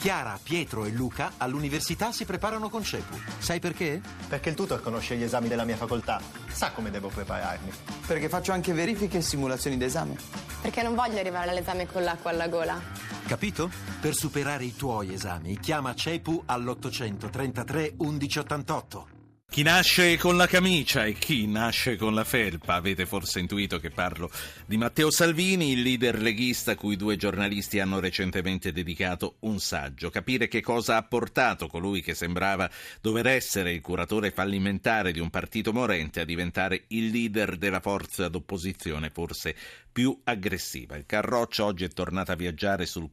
Chiara, Pietro e Luca all'università si preparano con CEPU. Sai perché? Perché il tutor conosce gli esami della mia facoltà, sa come devo prepararmi. Perché faccio anche verifiche e simulazioni d'esame. Perché non voglio arrivare all'esame con l'acqua alla gola. Capito? Per superare i tuoi esami, chiama CEPU all'833 1188. Chi nasce con la camicia e chi nasce con la felpa. Avete forse intuito che parlo di Matteo Salvini, il leader leghista a cui due giornalisti hanno recentemente dedicato un saggio. Capire che cosa ha portato colui che sembrava dover essere il curatore fallimentare di un partito morente a diventare il leader della forza d'opposizione forse più aggressiva. Il Carroccio oggi è tornato a viaggiare sul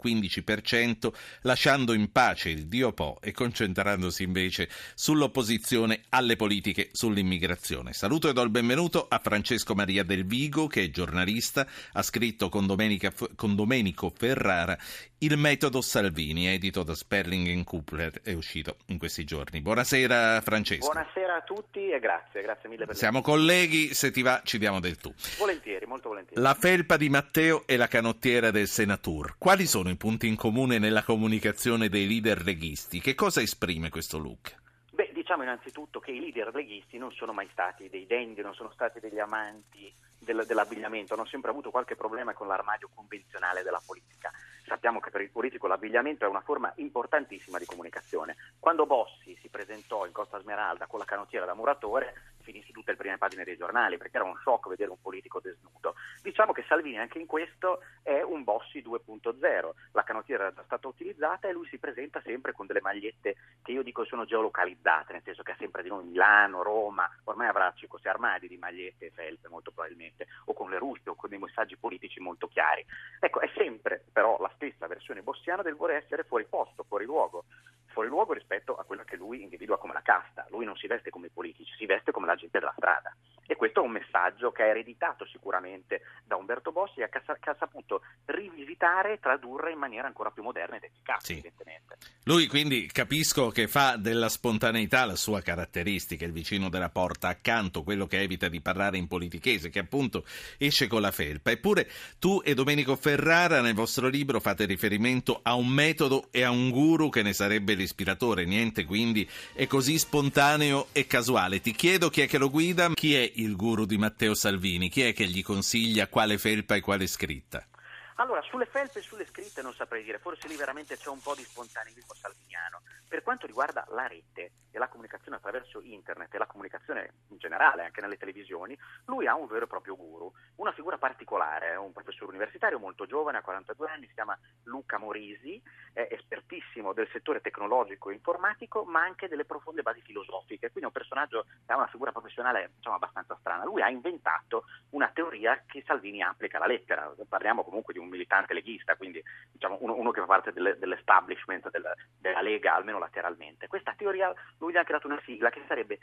15%, lasciando in pace il Dio Po e concentrandosi invece sull'opposizione alle politiche sull'immigrazione. Saluto e do il benvenuto a Francesco Maria Del Vigo, che è giornalista, ha scritto con Domenico Ferrara Il metodo Salvini, edito da Sperling & Kupler, è uscito in questi giorni. Buonasera Francesco. Buonasera a tutti e grazie mille per Siamo colleghi, se ti va ci diamo del tu. Volentieri, molto volentieri. La felpa di Matteo e la canottiera del Senatur. Quali sono i punti in comune nella comunicazione dei leader leghisti? Che cosa esprime questo look? Diciamo innanzitutto che i leader leghisti non sono mai stati dei dandy, non sono stati degli amanti dell'abbigliamento, hanno sempre avuto qualche problema con l'armadio convenzionale della politica. Sappiamo che per il politico l'abbigliamento è una forma importantissima di comunicazione. Quando Bossi si presentò in Costa Smeralda con la canottiera da muratore, finì su tutte le prime pagine dei giornali, perché era un shock vedere un politico desnudo. Diciamo che Salvini anche in questo è un Bossi 2.0. La canottiera era già stata utilizzata e lui si presenta sempre con delle magliette che io dico sono geolocalizzate, nel senso che ha sempre di noi Milano, Roma, ormai avrà 5-6 armadi di magliette e felpe molto probabilmente, o con le ruspe o con dei messaggi politici molto chiari. Ecco, è sempre però la stessa versione bossiana del voler essere fuori posto, fuori luogo rispetto a quella che lui individua come la casta. Lui non si veste come i politici, si veste come la gente della strada. E questo è un messaggio che ha ereditato sicuramente da Umberto Bossi e che ha saputo rivisitare e tradurre in maniera ancora più moderna ed efficace, sì. Evidentemente. Lui quindi capisco che fa della spontaneità la sua caratteristica, il vicino della porta accanto, quello che evita di parlare in politichese, che appunto esce con la felpa. Eppure tu e Domenico Ferrara nel vostro libro fate riferimento a un metodo e a un guru che ne sarebbe l'ispiratore, niente quindi è così spontaneo e casuale. Ti chiedo chi è che lo guida, chi è il guru di Matteo Salvini, chi è che gli consiglia quale felpa e quale scritta? Allora, sulle felpe e sulle scritte non saprei dire, forse lì veramente c'è un po' di spontaneismo salviniano. Per quanto riguarda la rete e la comunicazione attraverso internet e la comunicazione in generale, anche nelle televisioni, lui ha un vero e proprio guru, una figura particolare, un professore universitario molto giovane, ha 42 anni, si chiama Luca Morisi, è espertissimo del settore tecnologico e informatico, ma anche delle profonde basi filosofiche, quindi è un personaggio che ha una figura professionale abbastanza strana. Lui ha inventato una teoria che Salvini applica alla lettera, parliamo comunque di un militante leghista, quindi uno che fa parte dell'establishment della Lega, almeno lateralmente. Questa teoria lui gli ha anche dato una sigla che sarebbe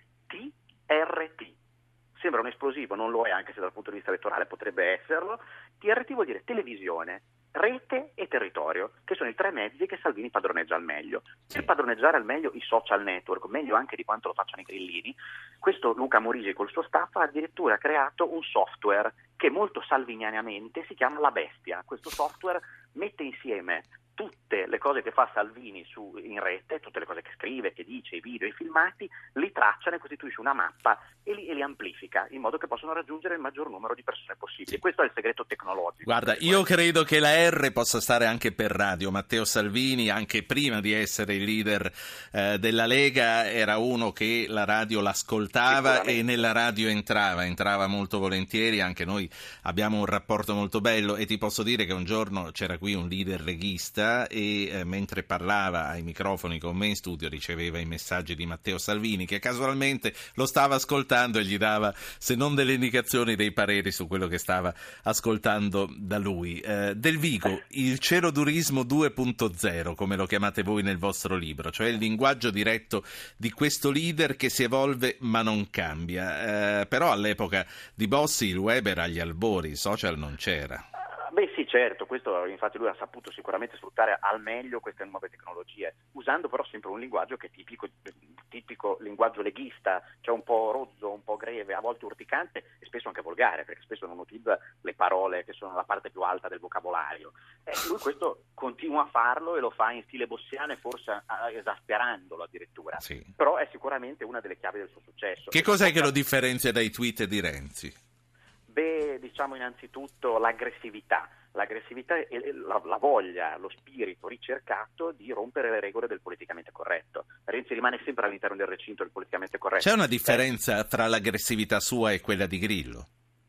TRT. Sembra un esplosivo, non lo è, anche se dal punto di vista elettorale potrebbe esserlo. TRT vuol dire televisione, rete e territorio, che sono i tre mezzi che Salvini padroneggia al meglio. Per padroneggiare al meglio i social network, meglio anche di quanto lo facciano i grillini, questo Luca Morisi col suo staff ha addirittura creato un software che molto salvinianamente si chiama La Bestia. Questo software mette insieme tutte le cose che fa Salvini in rete, tutte le cose che scrive, che dice, i video, i filmati, li traccia, ne costituisce una mappa e li amplifica in modo che possano raggiungere il maggior numero di persone possibile. Questo è il segreto tecnologico. Guarda, io credo che la R possa stare anche per radio. Matteo Salvini, anche prima di essere il leader della Lega, era uno che la radio l'ascoltava e nella radio entrava molto volentieri. Anche noi abbiamo un rapporto molto bello e ti posso dire che un giorno c'era qui un leader leghista e mentre parlava ai microfoni con me in studio riceveva i messaggi di Matteo Salvini, che casualmente lo stava ascoltando e gli dava, se non delle indicazioni, dei pareri su quello che stava ascoltando da lui. Del Vigo, il cerodurismo 2.0, come lo chiamate voi nel vostro libro, cioè il linguaggio diretto di questo leader che si evolve ma non cambia. Però all'epoca di Bossi il web era agli albori, il social non c'era. Beh sì, certo, questo infatti lui ha saputo sicuramente sfruttare al meglio queste nuove tecnologie, usando però sempre un linguaggio che è tipico linguaggio leghista, cioè un po' rozzo, un po' greve, a volte urticante e spesso anche volgare, perché spesso non utilizza le parole che sono la parte più alta del vocabolario. Lui questo continua a farlo e lo fa in stile bossiano e forse esasperandolo addirittura, sì. Però è sicuramente una delle chiavi del suo successo. Che cos'è che lo differenzia dai tweet di Renzi? Beh, diciamo innanzitutto l'aggressività e la voglia, lo spirito ricercato di rompere le regole del politicamente corretto. Renzi rimane sempre all'interno del recinto del politicamente corretto. C'è una differenza tra l'aggressività sua e quella di Grillo?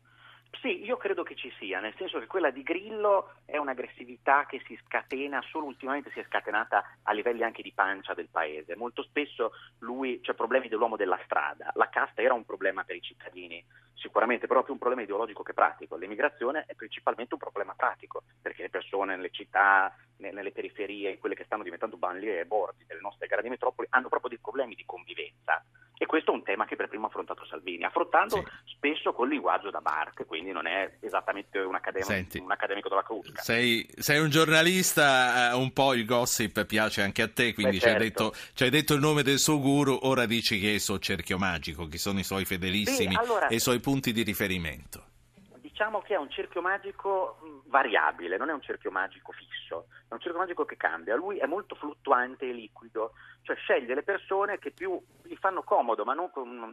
Sì, io credo che ci sia, nel senso che quella di Grillo è un'aggressività che si scatena, solo ultimamente si è scatenata a livelli anche di pancia del paese. Molto spesso c'è problemi dell'uomo della strada, la casta era un problema per i cittadini, sicuramente, però più un problema ideologico che pratico. L'immigrazione è principalmente un problema pratico, perché le persone nelle città, nelle periferie, in quelle che stanno diventando banlieue e bordi delle nostre grandi metropoli, hanno proprio dei problemi di convivenza. E questo è un tema che per primo ha affrontato Salvini, affrontando spesso col linguaggio da bar, quindi non è esattamente un accademico della Crusca. Sei un giornalista, un po' il gossip piace anche a te, quindi certo. ci hai detto il nome del suo guru, ora dici che è il suo cerchio magico, chi sono i suoi fedelissimi e i suoi punti di riferimento. Diciamo che è un cerchio magico variabile, non è un cerchio magico fisso, è un cerchio magico che cambia. Lui è molto fluttuante e liquido, cioè sceglie le persone che più gli fanno comodo, ma non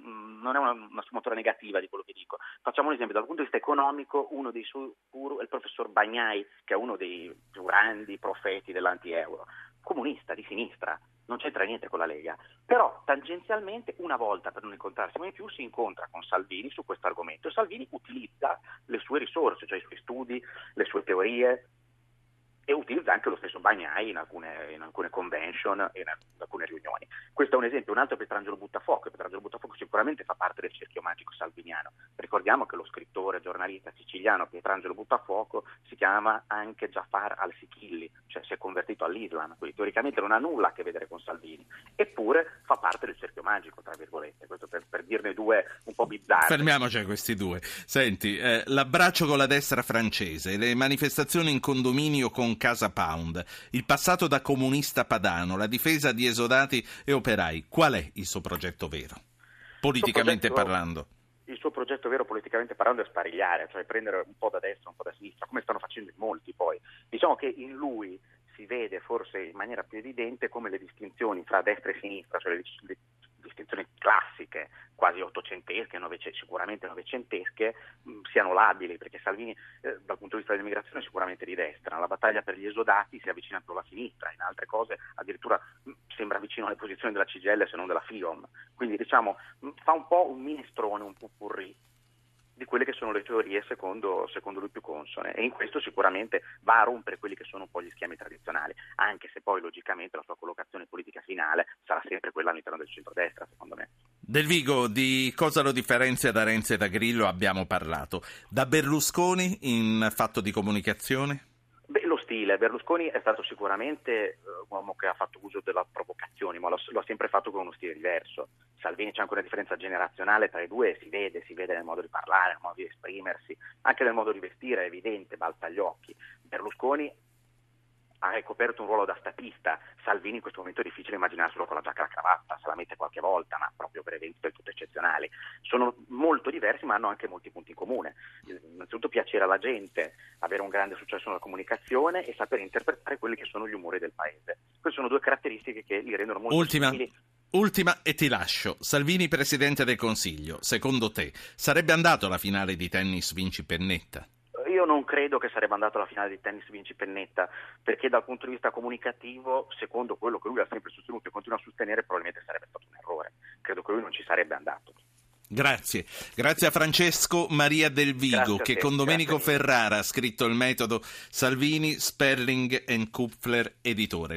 è una sfumatura negativa di quello che dico. Facciamo un esempio, dal punto di vista economico, uno dei suoi guru è il professor Bagnai, che è uno dei più grandi profeti dell'anti-euro, comunista di sinistra. Non c'entra niente con la Lega, però tangenzialmente una volta per non incontrarsi mai più si incontra con Salvini su questo argomento e Salvini utilizza le sue risorse, cioè i suoi studi, le sue teorie e utilizza anche lo stesso Bagnai in alcune convention e in alcune riunioni. Questo è un esempio. Un altro è Pietrangelo Buttafuoco, e Pietrangelo Buttafuoco sicuramente fa parte del cerchio magico salviniano. Ricordiamo che lo scrittore, giornalista siciliano Pietrangelo Buttafuoco si chiama anche Jafar al-Sichilli, cioè si è convertito all'Islam, quindi teoricamente non ha nulla a che vedere con Salvini, eppure fa parte del cerchio magico, tra virgolette. Questo per dirne due un po' bizzarri. Fermiamoci a questi due. Senti, l'abbraccio con la destra francese, le manifestazioni in condominio con Casa Pound, il passato da comunista padano, la difesa di esodati e operai. Qual è il suo progetto vero, politicamente parlando? Il suo progetto vero politicamente parlando è sparigliare, cioè prendere un po' da destra, un po' da sinistra, come stanno facendo in molti poi. Diciamo che in lui si vede forse in maniera più evidente come le distinzioni fra destra e sinistra, cioè le distinzioni classiche, quasi ottocentesche, sicuramente novecentesche, siano labili, perché Salvini dal punto di vista dell'immigrazione è sicuramente di destra, nella battaglia per gli esodati si avvicina più alla sinistra, in altre cose addirittura sembra vicino alle posizioni della CGIL se non della FIOM, quindi diciamo fa un po' un minestrone, un pupurri di quelle che sono le teorie secondo lui più consone, e in questo sicuramente va a rompere quelli che sono un po' gli schemi tradizionali, anche se poi logicamente la sua collocazione politica finale sarà sempre quella all'interno del centrodestra, secondo me. Del Vigo, di cosa lo differenzia da Renzi e da Grillo abbiamo parlato. Da Berlusconi in fatto di comunicazione? Beh, lo stile. Berlusconi è stato sicuramente un uomo che ha fatto uso della provocazione, ma lo ha sempre fatto con uno stile diverso. Salvini, c'è anche una differenza generazionale tra i due, si vede nel modo di parlare, nel modo di esprimersi, anche nel modo di vestire, è evidente, balza agli occhi. Berlusconi ha ricoperto un ruolo da statista, Salvini in questo momento è difficile immaginarselo con la giacca e la cravatta, se la mette qualche volta, ma proprio per eventi del tutto eccezionali. Sono molto diversi, ma hanno anche molti punti in comune. Innanzitutto piacere alla gente, avere un grande successo nella comunicazione e saper interpretare quelli che sono gli umori del paese. Queste sono due caratteristiche che li rendono molto simili. Ultima e ti lascio. Salvini Presidente del Consiglio, secondo te sarebbe andato alla finale di tennis Vinci Pennetta? Io non credo che sarebbe andato alla finale di tennis Vinci Pennetta, perché dal punto di vista comunicativo, secondo quello che lui ha sempre sostenuto e continua a sostenere, probabilmente sarebbe stato un errore. Credo che lui non ci sarebbe andato. Grazie a Francesco Maria Del Vigo, che con Domenico Ferrara ha scritto il metodo Salvini, Sperling & Kupfler, editore.